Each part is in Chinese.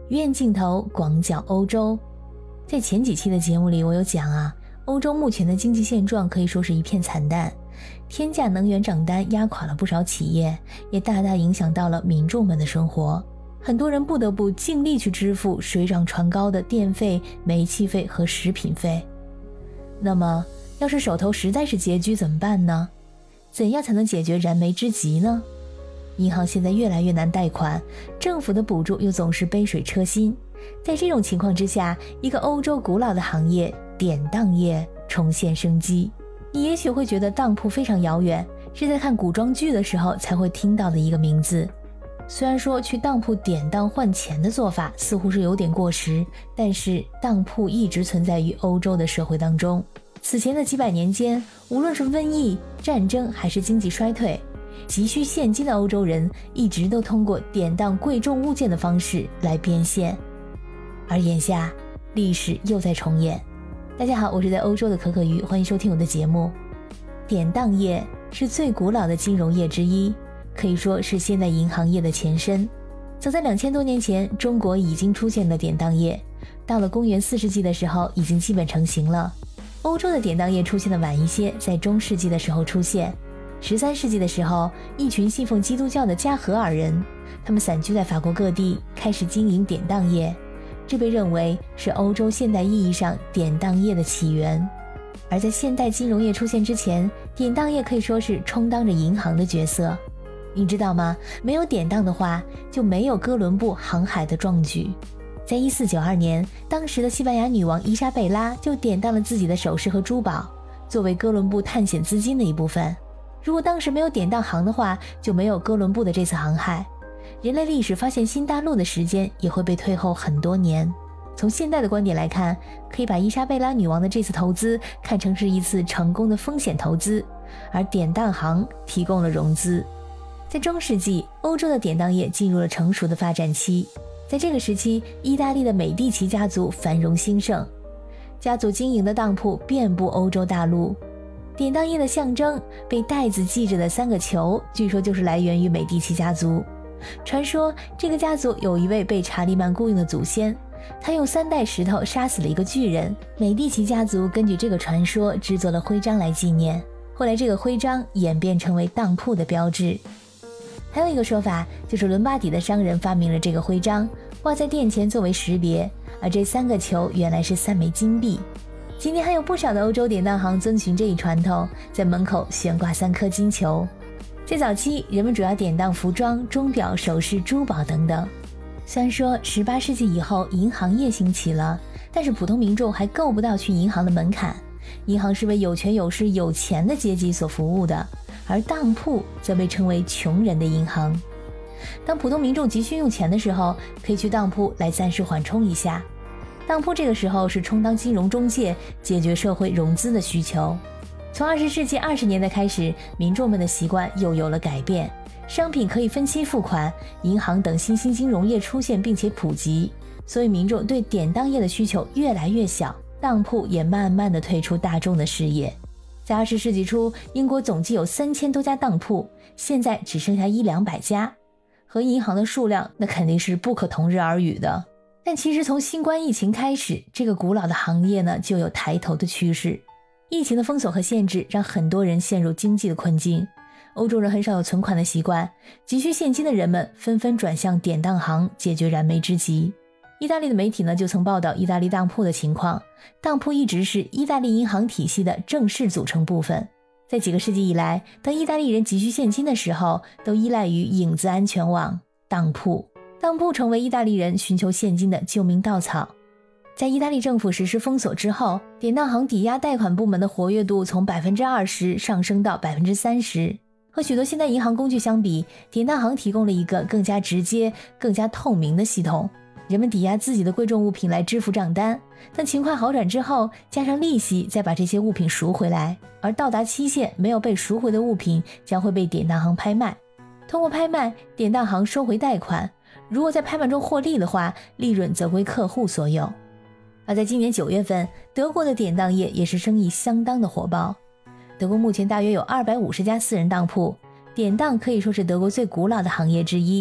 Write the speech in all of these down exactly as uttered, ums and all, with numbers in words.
鱼眼镜头广角欧洲。在前几期的节目里我有讲啊，欧洲目前的经济现状可以说是一片惨淡，天价能源账单压垮了不少企业，也大大影响到了民众们的生活。很多人不得不尽力去支付水涨船高的电费、煤气费和食品费。那么要是手头实在是拮据怎么办呢？怎样才能解决燃眉之急呢？银行现在越来越难贷款，政府的补助又总是杯水车薪。在这种情况之下，一个欧洲古老的行业典当业重现生机。你也许会觉得当铺非常遥远，是在看古装剧的时候才会听到的一个名字。虽然说去当铺典当换钱的做法似乎是有点过时，但是当铺一直存在于欧洲的社会当中。此前的几百年间，无论是瘟疫、战争还是经济衰退，急需现金的欧洲人一直都通过典当贵重物件的方式来变现。而眼下历史又在重演。大家好，我是在欧洲的可可鱼，欢迎收听我的节目。典当业是最古老的金融业之一，可以说是现代银行业的前身。早在两千多年前，中国已经出现了典当业，到了公元四世纪的时候已经基本成型了。欧洲的典当业出现的晚一些，在中世纪的时候出现。十三世纪的时候，一群信奉基督教的加荷尔人，他们散居在法国各地，开始经营典当业，这被认为是欧洲现代意义上典当业的起源。而在现代金融业出现之前，典当业可以说是充当着银行的角色。你知道吗？没有典当的话，就没有哥伦布航海的壮举。在一四九二年，当时的西班牙女王伊莎贝拉就典当了自己的首饰和珠宝，作为哥伦布探险资金的一部分。如果当时没有典当行的话，就没有哥伦布的这次航海，人类历史发现新大陆的时间也会被推后很多年。从现代的观点来看，可以把伊莎贝拉女王的这次投资看成是一次成功的风险投资，而典当行提供了融资。在中世纪，欧洲的典当业进入了成熟的发展期。在这个时期，意大利的美第奇家族繁荣兴盛，家族经营的当铺遍布欧洲大陆。典当业的象征，被带子系着的三个球，据说就是来源于美第奇家族。传说这个家族有一位被查理曼雇佣的祖先，他用三袋石头杀死了一个巨人。美第奇家族根据这个传说制作了徽章来纪念，后来这个徽章演变成为当铺的标志。还有一个说法，就是伦巴底的商人发明了这个徽章，挂在店前作为识别，而这三个球原来是三枚金币。今天还有不少的欧洲典当行遵循这一传统，在门口悬挂三颗金球。在早期，人们主要典当服装、钟表、首饰、珠宝等等。虽然说十八世纪以后银行业兴起了，但是普通民众还够不到去银行的门槛。银行是为有权有势有钱的阶级所服务的，而当铺则被称为穷人的银行。当普通民众急需用钱的时候，可以去当铺来暂时缓冲一下。当铺这个时候是充当金融中介，解决社会融资的需求。从二十世纪二十年代开始，民众们的习惯又有了改变，商品可以分期付款，银行等新兴金融业出现并且普及，所以民众对典当业的需求越来越小，当铺也慢慢地退出大众的视野。在二十世纪初，英国总计有三千多家当铺，现在只剩下一两百家，和银行的数量那肯定是不可同日而语的。但其实从新冠疫情开始，这个古老的行业呢就有抬头的趋势。疫情的封锁和限制让很多人陷入经济的困境，欧洲人很少有存款的习惯，急需现金的人们纷纷转向典当行解决燃眉之急。意大利的媒体呢就曾报道意大利当铺的情况，当铺一直是意大利银行体系的正式组成部分。在几个世纪以来，当意大利人急需现金的时候，都依赖于影子安全网当铺。当铺成为意大利人寻求现金的救命稻草。在意大利政府实施封锁之后，典当行抵押贷款部门的活跃度从 百分之二十 上升到 百分之三十。和许多现代银行工具相比，典当行提供了一个更加直接、更加透明的系统。人们抵押自己的贵重物品来支付账单，等情况好转之后，加上利息再把这些物品赎回来，而到达期限没有被赎回的物品将会被典当行拍卖。通过拍卖，典当行收回贷款，如果在拍卖中获利的话，利润则归客户所有。而在今年九月份，德国的典当业也是生意相当的火爆。德国目前大约有二百五十家私人当铺，典当可以说是德国最古老的行业之一。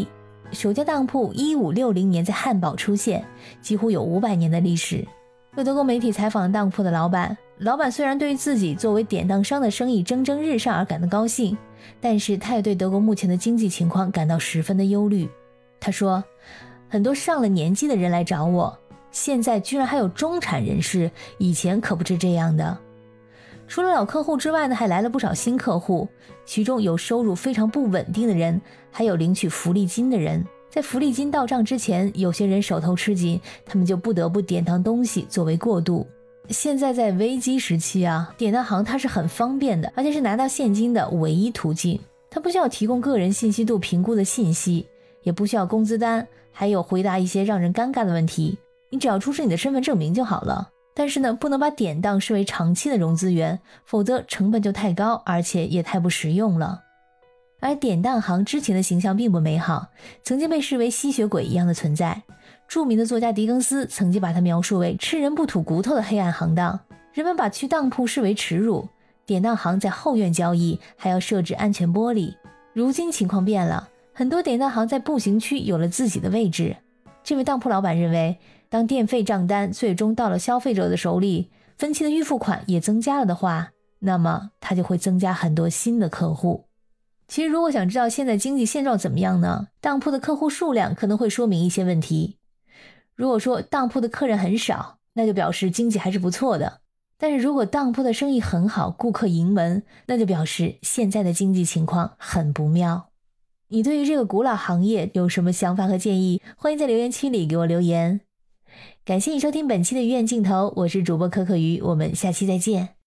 首家当铺一五六零年在汉堡出现，几乎有五百年的历史。有德国媒体采访当铺的老板，老板虽然对于自己作为典当商的生意蒸蒸日上而感到高兴，但是他也对德国目前的经济情况感到十分的忧虑。他说，很多上了年纪的人来找我，现在居然还有中产人士，以前可不是这样的。除了老客户之外呢，还来了不少新客户，其中有收入非常不稳定的人，还有领取福利金的人。在福利金到账之前，有些人手头吃紧，他们就不得不典当东西作为过渡。现在在危机时期啊，典当行它是很方便的，而且是拿到现金的唯一途径。它不需要提供个人信息度评估的信息，也不需要工资单，还有回答一些让人尴尬的问题，你只要出示你的身份证明就好了。但是呢，不能把典当视为长期的融资源，否则成本就太高，而且也太不实用了。而典当行之前的形象并不美好，曾经被视为吸血鬼一样的存在。著名的作家狄更斯曾经把它描述为吃人不吐骨头的黑暗行当，人们把去当铺视为耻辱。典当行在后院交易，还要设置安全玻璃。如今情况变了，很多典当行在步行区有了自己的位置。这位当铺老板认为，当电费账单最终到了消费者的手里，分期的预付款也增加了的话，那么他就会增加很多新的客户。其实如果想知道现在经济现状怎么样呢，当铺的客户数量可能会说明一些问题。如果说当铺的客人很少，那就表示经济还是不错的。但是如果当铺的生意很好，顾客盈门，那就表示现在的经济情况很不妙。你对于这个古老行业有什么想法和建议？欢迎在留言区里给我留言。感谢你收听本期的鱼眼镜头，我是主播可可鱼，我们下期再见。